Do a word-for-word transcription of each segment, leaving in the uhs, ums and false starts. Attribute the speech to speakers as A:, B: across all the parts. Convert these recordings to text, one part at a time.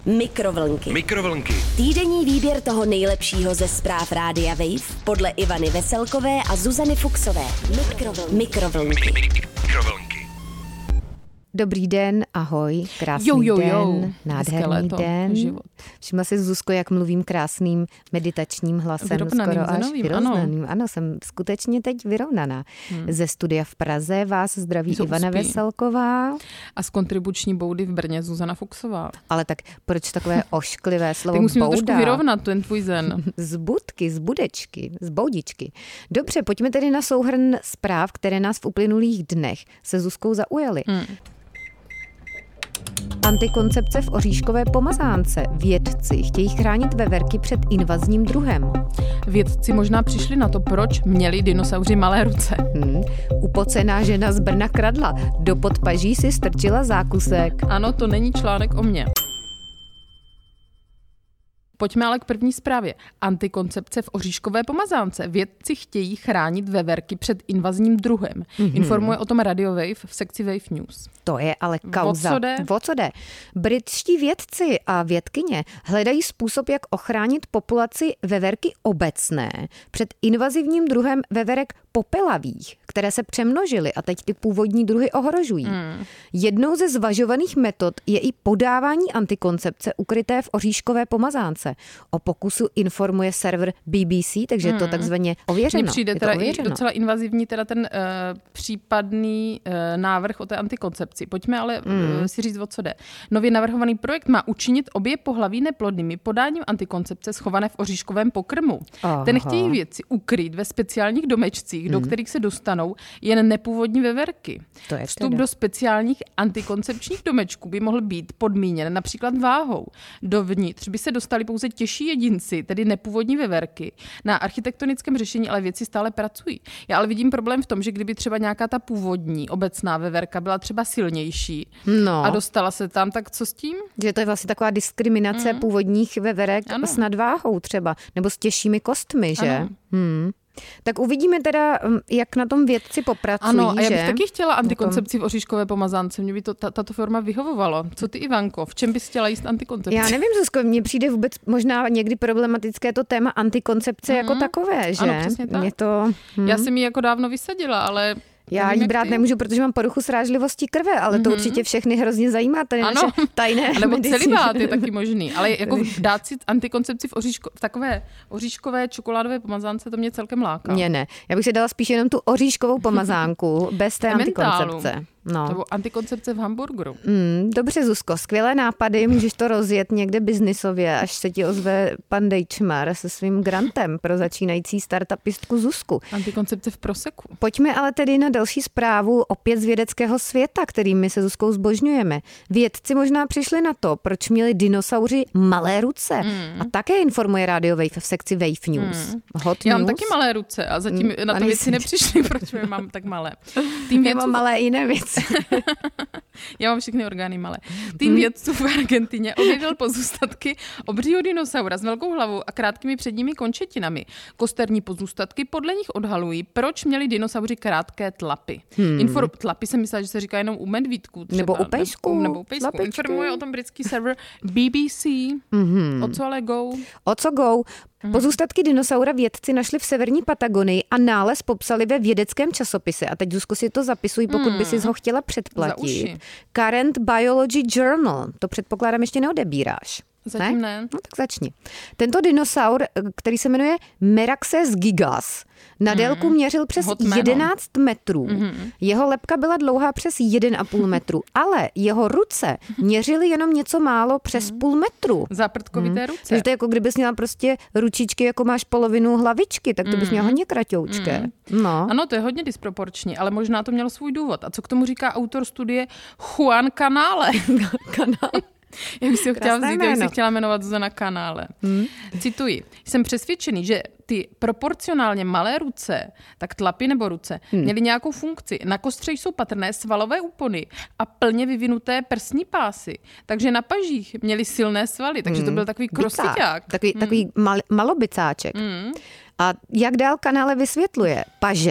A: Mikrovlnky.
B: Mikrovlnky.
A: Týdenní výběr toho nejlepšího ze zpráv Rádia Wave podle Ivany Veselkové a Zuzany Fuxové. Mikrovlnky. Mikrovlnky.
B: Mikrovlnky.
C: Dobrý den, ahoj, krásný
D: jo, jo, jo.
C: den, nádherný
D: léto,
C: den.
D: Život.
C: Všimla si, Zuzko, jak mluvím krásným meditačním hlasem,
D: vyrovnaným,
C: skoro až
D: zenovým,
C: vyrovnaným. Ano. ano, jsem skutečně teď vyrovnaná. Hmm. Ze studia v Praze vás zdraví
D: Co
C: Ivana
D: uspí.
C: Veselková.
D: A z kontribuční boudy v Brně Zuzana Fuxová.
C: Ale tak proč takové ošklivé slovo
D: Tak musíme
C: bouda?
D: trošku vyrovnat ten tvůj zen.
C: Z budky, z budečky, z boudičky. Dobře, pojďme tedy na souhrn zpráv, které nás v uplynulých dnech se Zuzkou zaujaly. Hmm. Antikoncepce v oříškové pomazánce. Vědci chtějí chránit veverky před invazním druhem.
D: Vědci možná přišli na to, proč měli dinosauři malé ruce.
C: Hmm. Upocená žena z Brna kradla. Do podpaží si strčila zákusek.
D: Ano, to není článek o mně. Pojďme ale k první zprávě. Antikoncepce v oříškové pomazánce. Vědci chtějí chránit veverky před invazním druhem. Mm-hmm. Informuje o tom Radio Wave v sekci Wave News.
C: To je ale kauza.
D: O co jde?
C: O co jde? Britští vědci a vědkyně hledají způsob, jak ochránit populaci veverky obecné před invazivním druhem veverek popelavých, které se přemnožily a teď ty původní druhy ohrožují. Mm. Jednou ze zvažovaných metod je i podávání antikoncepce ukryté v oříškové pomazánce. O pokusu informuje server B B C, takže hmm. to takzvaně ověřeno.
D: Mně přijde
C: je
D: teda
C: ověřeno.
D: i docela invazivní teda ten uh, případný uh, návrh o té antikoncepci. Pojďme ale hmm. uh, si říct, o co jde. Nově navrhovaný projekt má učinit obě pohlaví neplodnými podáním antikoncepce schované v oříškovém pokrmu. Aha. Ten chtějí vědci ukryt ve speciálních domečcích, hmm. do kterých se dostanou jen nepůvodní veverky.
C: To je
D: Vstup
C: teda.
D: do speciálních antikoncepčních domečků by mohl být podmíněn například váhou. Dovnitř by se dostali pouze těžší jedinci, tedy nepůvodní veverky. Na architektonickém řešení ale věci stále pracují. Já ale vidím problém v tom, že kdyby třeba nějaká ta původní obecná veverka byla třeba silnější
C: no.
D: a dostala se tam, tak co s tím?
C: Že to je vlastně taková diskriminace mm. původních veverek
D: ano.
C: s nadváhou třeba, nebo s těžšími kostmi, že?
D: Ano.
C: Hmm. Tak uvidíme teda, jak na tom vědci popracují,
D: Ano, a já bych
C: že?
D: taky chtěla antikoncepci v oříškové pomazánce. Mě by to ta, tato forma vyhovovalo. Co ty, Ivanko? V čem bys chtěla jíst antikoncepci?
C: Já nevím, Zuzko, mně přijde vůbec možná někdy problematické to téma antikoncepce mm-hmm. jako takové, že?
D: Ano, přesně tak.
C: Mě to, hm.
D: Já jsem ji jako dávno vysadila, ale...
C: Já ji brát nemůžu, protože mám poruchu srážlivosti krve, ale mm-hmm. to určitě všechny hrozně zajímá. To je
D: ano.
C: naše tajné
D: nebo
C: medicíny.
D: celibát je taky možný. Ale jako dát si antikoncepci v, oříško, v takové oříškové čokoládové pomazánce, to mě celkem láká.
C: Mně ne. Já bych si dala spíš jenom tu oříškovou pomazánku bez té antikoncepce. No.
D: Nebo antikoncepce v hamburgeru.
C: Mm, dobře, Zuzko, skvělé nápady, můžeš to rozjet někde biznisově, až se ti ozve pan Dejčmar se svým grantem pro začínající startupistku Zuzku.
D: Antikoncepce v Proseku.
C: Pojďme ale tedy na další zprávu opět z vědeckého světa, kterými se Zuzkou zbožňujeme. Vědci možná přišli na to, proč měli dinosauři malé ruce. Mm. A také informuje Radio Wave v sekci Wave News.
D: Mm.
C: Hot
D: Já
C: news.
D: mám taky malé ruce a zatím mm. na to
C: a
D: věci nepřišli, proč mě mám tak malé. Tým
C: vědců... mám malé jiné věci.
D: Já mám všechny orgány malé. Tým vědců v Argentině objevil pozůstatky obřího dinosaura s velkou hlavou a krátkými předními končetinami. Kosterní pozůstatky podle nich odhalují, proč měli dinosauři krátké tlapy. Hmm. Inform... Tlapy jsem myslela, že se říká jenom u medvídků. Třeba.
C: Nebo u pejsků.
D: Nebo u pejsků. Informuje o tom britský server B B C. Mm-hmm. O co ale go?
C: O co go? Pozůstatky dinosaura vědci našli v severní Patagonii a nález popsali ve vědeckém časopise. A teď, Zuzko, si to zapisuj, pokud by si ho chtěla předplatit. Current Biology Journal. To předpokládám ještě neodebíráš.
D: Zatím ne? ne.
C: No tak začni. Tento dinosaur, který se jmenuje Meraxes gigas, na délku mm. měřil přes jedenáct metrů. Mm. Jeho lebka byla dlouhá přes jeden a půl metru, ale jeho ruce měřily jenom něco málo přes mm. půl metru.
D: Záprtkovité mm. ruce.
C: Takže to je jako kdybys měla prostě ručičky, jako máš polovinu hlavičky, tak to bys měla hodně kratoučké. Mm. No.
D: Ano, to je hodně disproporční, ale možná to mělo svůj důvod. A co k tomu říká autor studie Juan Canale?
C: Canale.
D: Já bych si ho chtěla vzít, já bych si chtěla jmenovat Zuzana Kanále. Hmm. Cituji. Jsem přesvědčený, že ty proporcionálně malé ruce, tak tlapy nebo ruce, hmm. měly nějakou funkci. Na kostře jsou patrné svalové úpony a plně vyvinuté prsní pásy. Takže na pažích měly silné svaly, takže to byl takový krosiťák.
C: Takový, hmm. takový mal, malobicáček. Hmm. A jak dál Kanále vysvětluje? Paže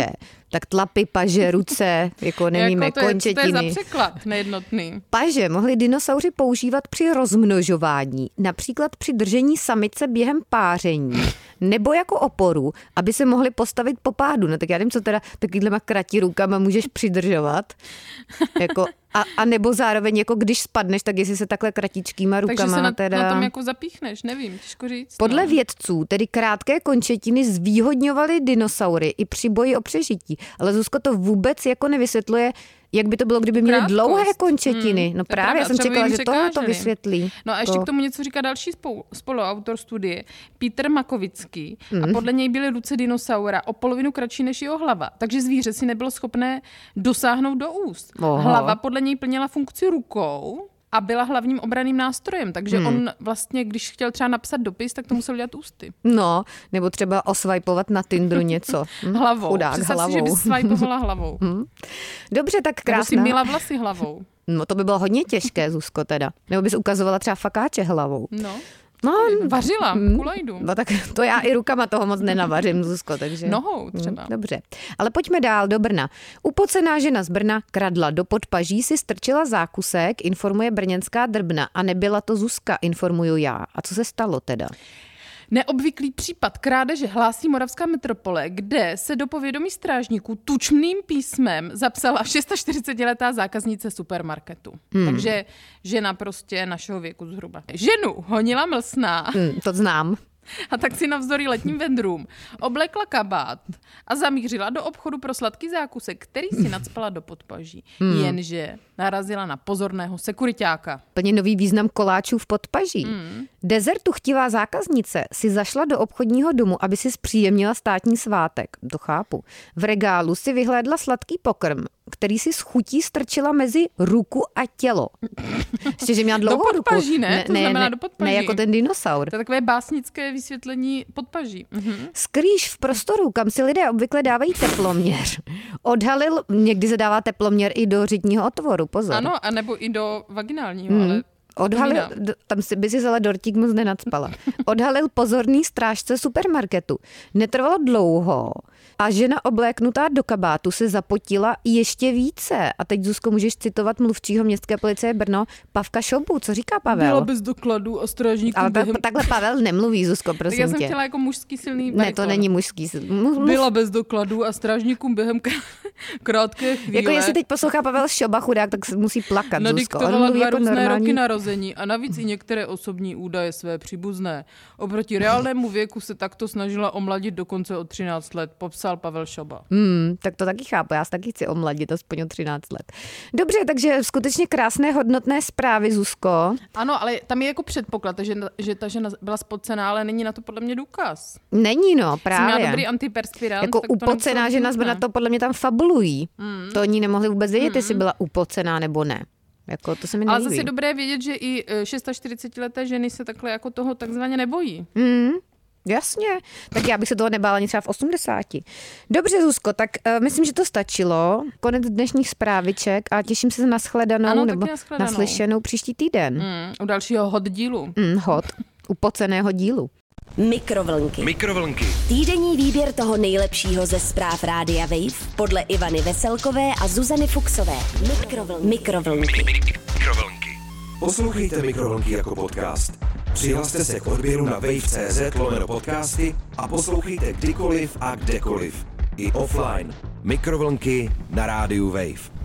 C: Tak tlapy, paže, ruce, jako nevíme,
D: jako to je,
C: končetiny.
D: To je za překlad nejednotný.
C: Paže mohli dinosauři používat při rozmnožování, například při držení samice během páření, nebo jako oporu, aby se mohli postavit po pádu. No tak já nevím, co teda takovýhlema kratí rukama můžeš přidržovat. Jako, a, a nebo zároveň, jako když spadneš, tak jestli se takhle kratičkýma rukama.
D: Takže se na,
C: teda...
D: na tom jako zapíchneš, nevím, těžko říct.
C: Podle
D: no.
C: vědců tedy krátké končetiny zvýhodňovaly dinosaury i při boji o přežití. Ale Zuzko to vůbec jako nevysvětluje, jak by to bylo, kdyby měli
D: Krátkost.
C: dlouhé končetiny.
D: Hmm,
C: no právě, já jsem čekala, že tohle to vysvětlí.
D: No a ještě
C: to...
D: k tomu něco říká další spolu, spoluautor studie, Peter Makovický.
C: Hmm.
D: A podle něj byly ruce dinosaura o polovinu kratší než jeho hlava. Takže zvíře si nebylo schopné dosáhnout do úst.
C: Oho.
D: Hlava podle něj plnila funkci rukou a byla hlavním obranným nástrojem. Takže hmm. on vlastně, když chtěl třeba napsat dopis, tak to musel dělat ústy.
C: No, nebo třeba osvajpovat na Tinderu něco. Hm?
D: Hlavou.
C: Chudák,
D: Představ
C: hlavou.
D: si, že by swipovala hlavou.
C: Hm? Dobře, tak krásná.
D: Nebo si myla vlasy hlavou.
C: No to by bylo hodně těžké, Zuzko, teda. Nebo bys ukazovala třeba fakáče hlavou.
D: No.
C: No,
D: vařila,
C: mm,
D: kulajdu.
C: No tak to já i rukama toho moc nenavařím, Zuzko, takže...
D: Nohou třeba.
C: Mm, dobře, ale pojďme dál do Brna. Upocená žena z Brna kradla, do podpaží si strčila zákusek, informuje brněnská Drbna, a nebyla to Zuzka, informuju já. A co se stalo teda?
D: Neobvyklý případ krádeže hlásí Moravská metropole, kde se do povědomí strážníků tučným písmem zapsala čtyřicetišestiletá zákaznice supermarketu. Hmm. Takže žena prostě našeho věku zhruba. Ženu honila mlsná.
C: Hmm, to znám.
D: A tak si navzdory letním vendrům oblekla kabát a zamířila do obchodu pro sladký zákusek, který si nacpala do podpaží. Hmm. Jenže narazila na pozorného sekuriťáka.
C: Plně nový význam koláčů v podpaží. Hmm. Dezertuchtivá zákaznice si zašla do obchodního domu, aby si zpříjemnila státní svátek. To chápu. V regálu si vyhlédla sladký pokrm, který si s chutí strčila mezi ruku a tělo. Ještě, že měla dlouhou
D: do podpaží,
C: ruku.
D: ne? To ne, znamená
C: ne,
D: do podpaží.
C: Ne jako ten dinosaur.
D: To je takové básnické vysvětlení podpaží. Mhm.
C: Skrýš v prostoru, kam si lidé obvykle dávají teploměr. Odhalil, někdy se dává teploměr i do řitního otvoru, pozor.
D: Ano, anebo i do vaginálního,
C: hmm.
D: ale...
C: Odhalil, tam si by si ale dortík moc nenacpala. Odhalil pozorný strážce supermarketu. Netrvalo dlouho a žena obléknutá do kabátu se zapotila ještě více. A teď, Zuzko, můžeš citovat mluvčího městské policie Brno, Pavka Šobu. Co říká Pavel?
D: Byla bez dokladů a strážníků
C: ale
D: během...
C: tak, takhle Pavel nemluví, Zuzko, prosím tě.
D: Tak já jsem chtěla jako mužský silný
C: Ne, to není mužský silný. Mluv...
D: Byla bez dokladů a strážníkům během krátké chvíle.
C: Jako jestli teď poslouchá Pavel Šoba, chudák, tak musí plakat, Zuzko.
D: On mluví
C: dva
D: jako různé
C: normální...
D: roky narození a navíc i některé osobní údaje své příbuzné. Oproti reálnému věku se takto snažila omladit dokonce o třináct let, popsal Pavel Šoba.
C: Hmm, tak to taky chápu, já se taky chci omladit aspoň o třináct let. Dobře, takže skutečně krásné hodnotné zprávy, Zuzko.
D: Ano, ale tam je jako předpoklad, že, že ta žena byla spocená, ale není na to podle mě důkaz.
C: Není, no, právě.
D: Jsem měla dobrý antiperspirant.
C: Jako upocená žena na to podle mě tam fabulují. Hmm. To oni nemohli vůbec vědět, hmm. jestli byla upocená nebo ne. Jako, to se mi
D: ale zase je dobré vědět, že i čtyřicetišestileté ženy se takhle jako toho takzvaně nebojí.
C: Hmm. Jasně, tak já bych se toho nebála ani třeba v osmdesáti. Dobře, Zuzko, tak uh, myslím, že to stačilo. Konec dnešních zpráviček a těším se na nashledanou
D: ano,
C: nebo
D: nashledanou.
C: naslyšenou příští týden.
D: Mm, u dalšího hot dílu.
C: Mm, hot, upoceného dílu.
A: Mikrovlnky.
B: Mikrovlnky.
A: Týdenní výběr toho nejlepšího ze zpráv Rádia Wave podle Ivany Veselkové a Zuzany Fuxové. Mikrovlnky. Mikrovlnky.
B: Mikrovlnky. Poslouchejte Mikrovlnky jako podcast. Přihlaste se k odběru na wave tečka cé zet lomeno podcasty a poslouchejte kdykoliv a kdekoliv. I offline. Mikrovlnky na rádiu Wave.